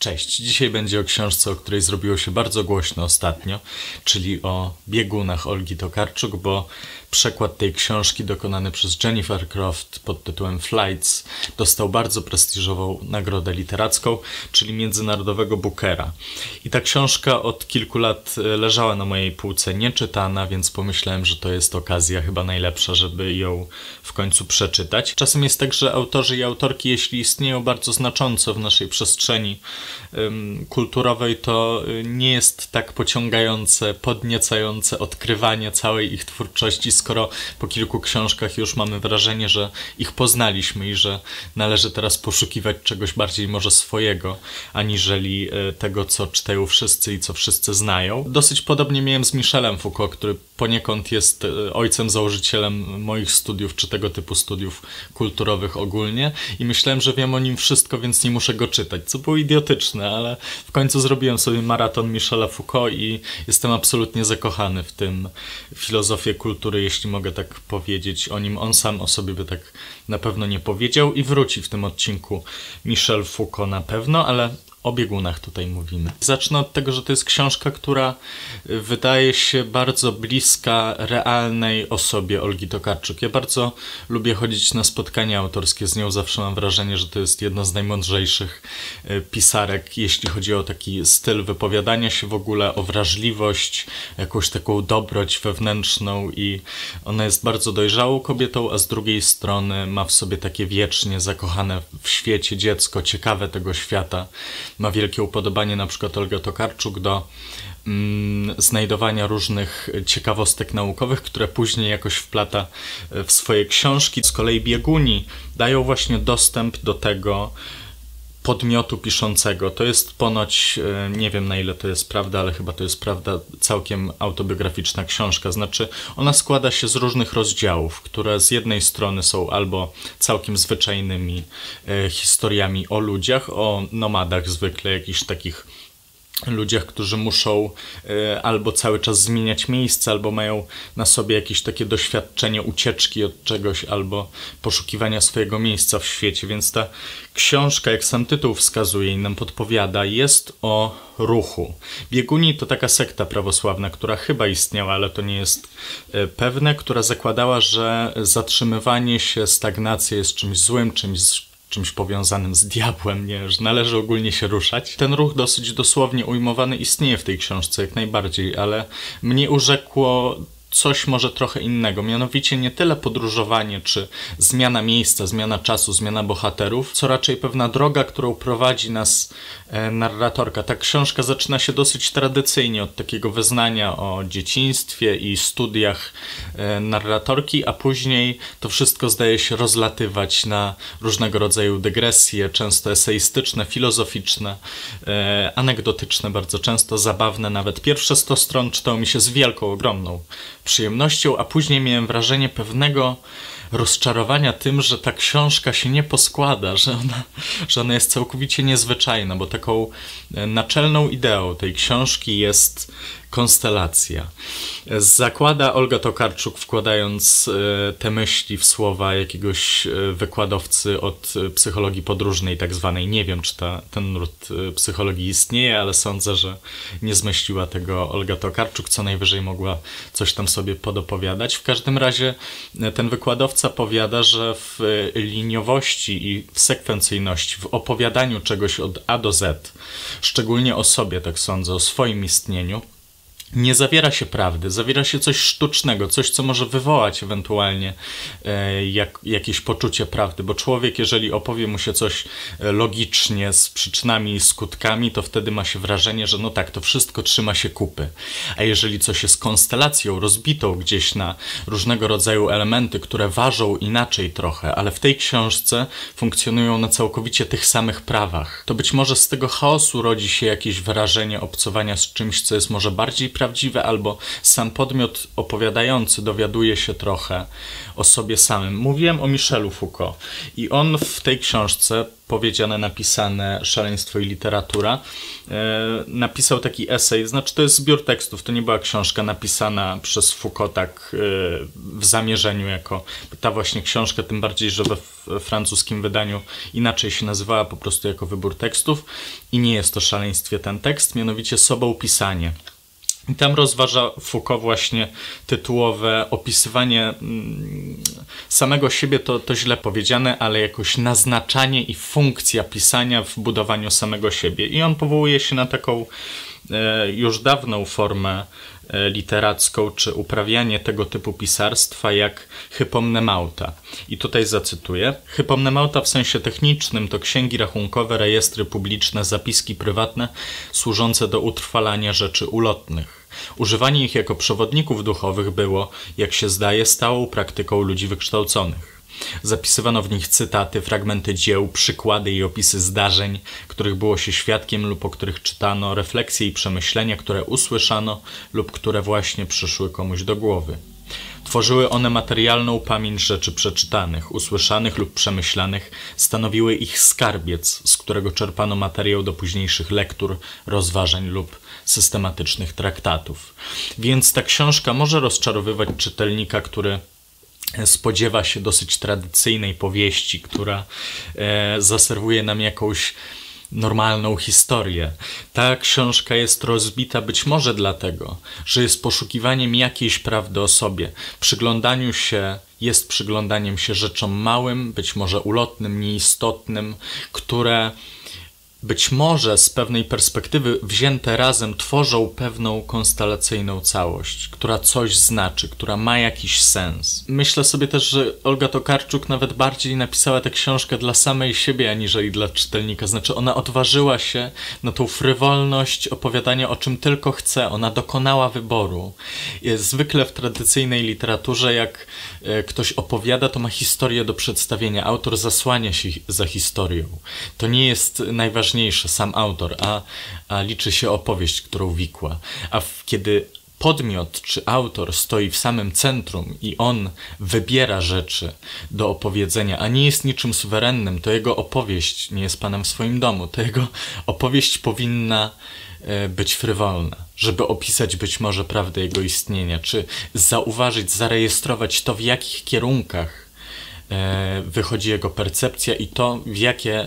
Cześć, dzisiaj będzie o książce, o której zrobiło się bardzo głośno ostatnio, czyli o biegunach Olgi Tokarczuk, bo przekład tej książki dokonany przez Jennifer Croft pod tytułem Flights dostał bardzo prestiżową nagrodę literacką, czyli Międzynarodowego Bookera. I ta książka od kilku lat leżała na mojej półce nieczytana, więc pomyślałem, że to jest okazja chyba najlepsza, żeby ją w końcu przeczytać. Czasem jest tak, że autorzy i autorki, jeśli istnieją bardzo znacząco w naszej przestrzeni kulturowej, to nie jest tak pociągające, podniecające odkrywanie całej ich twórczości, skoro po kilku książkach już mamy wrażenie, że ich poznaliśmy i że należy teraz poszukiwać czegoś bardziej może swojego, aniżeli tego, co czytają wszyscy i co wszyscy znają. Dosyć podobnie miałem z Michelem Foucault, który poniekąd jest ojcem założycielem moich studiów, czy tego typu studiów kulturowych ogólnie, i myślałem, że wiem o nim wszystko, więc nie muszę go czytać, co było idiotyczne, ale w końcu zrobiłem sobie maraton Michela Foucault i jestem absolutnie zakochany w tym filozofię kultury, jeśli mogę tak powiedzieć o nim. On sam o sobie by tak na pewno nie powiedział i wróci w tym odcinku Michel Foucault na pewno, ale o biegunach tutaj mówimy. Zacznę od tego, że to jest książka, która wydaje się bardzo bliska realnej osobie Olgi Tokarczuk. Ja bardzo lubię chodzić na spotkania autorskie z nią. Zawsze mam wrażenie, że to jest jedna z najmądrzejszych pisarek, jeśli chodzi o taki styl wypowiadania się w ogóle, o wrażliwość, jakąś taką dobroć wewnętrzną, i ona jest bardzo dojrzałą kobietą, a z drugiej strony ma w sobie takie wiecznie zakochane w świecie dziecko, ciekawe tego świata. Ma wielkie upodobanie na przykład Olga Tokarczuk do znajdowania różnych ciekawostek naukowych, które później jakoś wplata w swoje książki. Z kolei bieguni dają właśnie dostęp do tego podmiotu piszącego. To jest ponoć, nie wiem na ile to jest prawda, ale chyba to jest prawda, całkiem autobiograficzna książka. Znaczy, ona składa się z różnych rozdziałów, które z jednej strony są albo całkiem zwyczajnymi historiami o ludziach, o nomadach zwykle, jakichś takich ludziach, którzy muszą albo cały czas zmieniać miejsce, albo mają na sobie jakieś takie doświadczenie ucieczki od czegoś, albo poszukiwania swojego miejsca w świecie. Więc ta książka, jak sam tytuł wskazuje i nam podpowiada, jest o ruchu. Bieguni to taka sekta prawosławna, która chyba istniała, ale to nie jest pewne, która zakładała, że zatrzymywanie się, stagnacja jest czymś złym, czymś powiązanym z diabłem, nie, że należy ogólnie się ruszać. Ten ruch dosyć dosłownie ujmowany istnieje w tej książce jak najbardziej, ale mnie urzekło coś może trochę innego, mianowicie nie tyle podróżowanie, czy zmiana miejsca, zmiana czasu, zmiana bohaterów, co raczej pewna droga, którą prowadzi nas narratorka. Ta książka zaczyna się dosyć tradycyjnie od takiego wyznania o dzieciństwie i studiach narratorki, a później to wszystko zdaje się rozlatywać na różnego rodzaju dygresje, często eseistyczne, filozoficzne, anegdotyczne, bardzo często zabawne nawet. Pierwsze 100 stron czytało mi się z wielką, ogromną przyjemnością, a później miałem wrażenie pewnego rozczarowania tym, że ta książka się nie poskłada, że ona jest całkowicie niezwyczajna, bo taką naczelną ideą tej książki jest konstelacja. Zakłada Olga Tokarczuk, wkładając te myśli w słowa jakiegoś wykładowcy od psychologii podróżnej tak zwanej. Nie wiem, czy ten nurt psychologii istnieje, ale sądzę, że nie zmyśliła tego Olga Tokarczuk, co najwyżej mogła coś tam sobie podopowiadać. W każdym razie ten wykładowca powiada, że w liniowości i w sekwencyjności, w opowiadaniu czegoś od A do Z, szczególnie o sobie, tak sądzę, o swoim istnieniu, nie zawiera się prawdy, zawiera się coś sztucznego, coś, co może wywołać ewentualnie jakieś poczucie prawdy, bo człowiek, jeżeli opowie mu się coś logicznie, z przyczynami i skutkami, to wtedy ma się wrażenie, że no tak, to wszystko trzyma się kupy. A jeżeli coś jest konstelacją rozbitą gdzieś na różnego rodzaju elementy, które ważą inaczej trochę, ale w tej książce funkcjonują na całkowicie tych samych prawach, to być może z tego chaosu rodzi się jakieś wyrażenie obcowania z czymś, co jest może bardziej prawdziwe, albo sam podmiot opowiadający dowiaduje się trochę o sobie samym. Mówiłem o Michelu Foucault i on w tej książce Powiedziane, napisane, szaleństwo i literatura napisał taki esej, znaczy to jest zbiór tekstów, to nie była książka napisana przez Foucault tak w zamierzeniu jako ta właśnie książka, tym bardziej, że we francuskim wydaniu inaczej się nazywała, po prostu jako wybór tekstów i nie jest to szaleństwie ten tekst, mianowicie Sobą-pisanie. I tam rozważa Foucault właśnie tytułowe opisywanie samego siebie, to źle powiedziane, ale jakoś naznaczanie i funkcja pisania w budowaniu samego siebie. I on powołuje się na taką już dawną formę literacką, czy uprawianie tego typu pisarstwa jak hypomnemauta. I tutaj zacytuję. Hypomnemauta w sensie technicznym to księgi rachunkowe, rejestry publiczne, zapiski prywatne służące do utrwalania rzeczy ulotnych. Używanie ich jako przewodników duchowych było, jak się zdaje, stałą praktyką ludzi wykształconych. Zapisywano w nich cytaty, fragmenty dzieł, przykłady i opisy zdarzeń, których było się świadkiem lub o których czytano, refleksje i przemyślenia, które usłyszano lub które właśnie przyszły komuś do głowy. Tworzyły one materialną pamięć rzeczy przeczytanych, usłyszanych lub przemyślanych, stanowiły ich skarbiec, z którego czerpano materiał do późniejszych lektur, rozważań lub systematycznych traktatów. Więc ta książka może rozczarowywać czytelnika, który spodziewa się dosyć tradycyjnej powieści, która zaserwuje nam jakąś normalną historię. Ta książka jest rozbita być może dlatego, że jest poszukiwaniem jakiejś prawdy o sobie. Jest przyglądaniem się rzeczom małym, być może ulotnym, nieistotnym, które być może z pewnej perspektywy wzięte razem tworzą pewną konstelacyjną całość, która coś znaczy, która ma jakiś sens. Myślę sobie też, że Olga Tokarczuk nawet bardziej napisała tę książkę dla samej siebie, aniżeli dla czytelnika. Znaczy ona odważyła się na tą frywolność opowiadania o czym tylko chce. Ona dokonała wyboru. Zwykle w tradycyjnej literaturze, jak ktoś opowiada, to ma historię do przedstawienia. Autor zasłania się za historią. To nie jest najważniejsze sam autor, a liczy się opowieść, którą wikła. Kiedy podmiot czy autor stoi w samym centrum i on wybiera rzeczy do opowiedzenia, a nie jest niczym suwerennym, to jego opowieść nie jest panem w swoim domu. To jego opowieść powinna być frywolna, żeby opisać być może prawdę jego istnienia, czy zauważyć, zarejestrować to, w jakich kierunkach wychodzi jego percepcja i to, w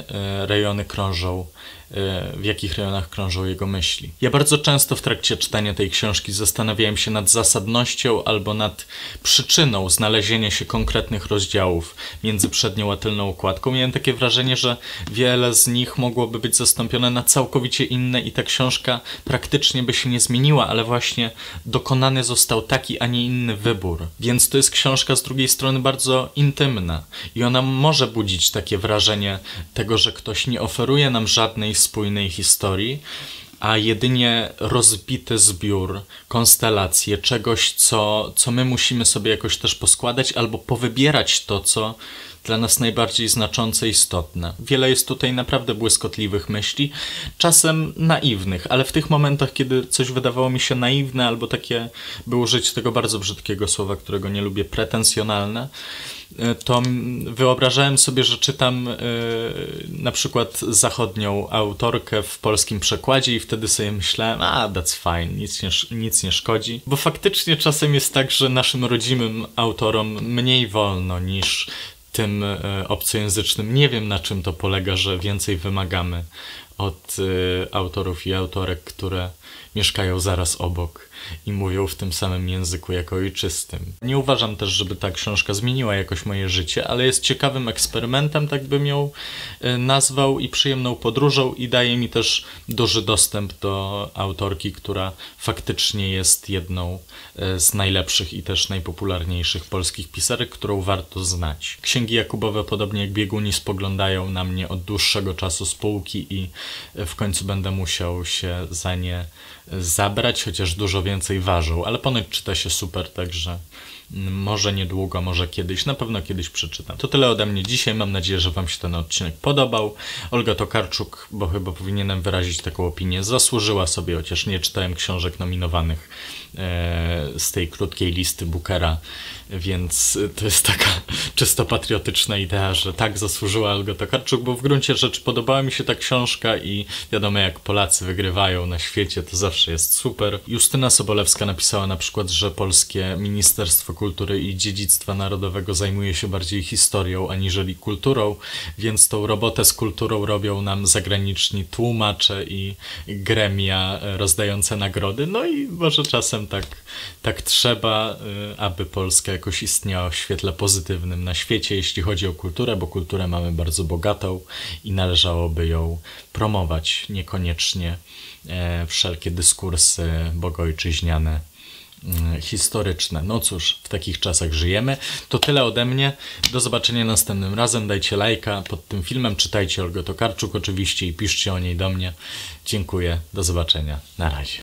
jakich rejonach krążą jego myśli. Ja bardzo często w trakcie czytania tej książki zastanawiałem się nad zasadnością albo nad przyczyną znalezienia się konkretnych rozdziałów między przednią a tylną okładką. Miałem takie wrażenie, że wiele z nich mogłoby być zastąpione na całkowicie inne i ta książka praktycznie by się nie zmieniła, ale właśnie dokonany został taki, a nie inny wybór. Więc to jest książka z drugiej strony bardzo intymna i ona może budzić takie wrażenie tego, że ktoś nie oferuje nam żadnej spójnej historii, a jedynie rozbity zbiór, konstelację, czegoś, co my musimy sobie jakoś też poskładać albo powybierać to, co dla nas najbardziej znaczące i istotne. Wiele jest tutaj naprawdę błyskotliwych myśli, czasem naiwnych, ale w tych momentach, kiedy coś wydawało mi się naiwne albo takie, by użyć tego bardzo brzydkiego słowa, którego nie lubię, pretensjonalne, to wyobrażałem sobie, że czytam na przykład zachodnią autorkę w polskim przekładzie i wtedy sobie myślałem, that's fine, nic nie szkodzi. Bo faktycznie czasem jest tak, że naszym rodzimym autorom mniej wolno niż tym obcojęzycznym. Nie wiem, na czym to polega, że więcej wymagamy od autorów i autorek, które mieszkają zaraz obok i mówią w tym samym języku jak ojczystym. Nie uważam też, żeby ta książka zmieniła jakoś moje życie, ale jest ciekawym eksperymentem, tak bym ją nazwał, i przyjemną podróżą, i daje mi też duży dostęp do autorki, która faktycznie jest jedną z najlepszych i też najpopularniejszych polskich pisarek, którą warto znać. Księgi Jakubowe, podobnie jak Bieguni, spoglądają na mnie od dłuższego czasu z półki i w końcu będę musiał się za nie zabrać, chociaż dużo więcej ważą, ale ponoć czyta się super, także może niedługo, może kiedyś, na pewno kiedyś przeczytam. To tyle ode mnie dzisiaj, mam nadzieję, że wam się ten odcinek podobał. Olga Tokarczuk, bo chyba powinienem wyrazić taką opinię, zasłużyła sobie, chociaż nie czytałem książek nominowanych z tej krótkiej listy Bookera, więc to jest taka czysto patriotyczna idea, że tak zasłużyła Olga Tokarczuk, bo w gruncie rzeczy podobała mi się ta książka i wiadomo, jak Polacy wygrywają na świecie, to zawsze jest super. Justyna Sobolewska napisała na przykład, że polskie Ministerstwo Kultury i Dziedzictwa Narodowego zajmuje się bardziej historią aniżeli kulturą, więc tą robotę z kulturą robią nam zagraniczni tłumacze i gremia rozdające nagrody, no i może czasem tak trzeba, aby Polska jakoś istniała w świetle pozytywnym na świecie, jeśli chodzi o kulturę, bo kulturę mamy bardzo bogatą i należałoby ją promować, niekoniecznie wszelkie dyskursy bogojczyźniane, historyczne. No cóż, w takich czasach żyjemy. To tyle ode mnie. Do zobaczenia następnym razem. Dajcie lajka pod tym filmem, czytajcie Olgę Tokarczuk oczywiście i piszcie o niej do mnie. Dziękuję. Do zobaczenia. Na razie.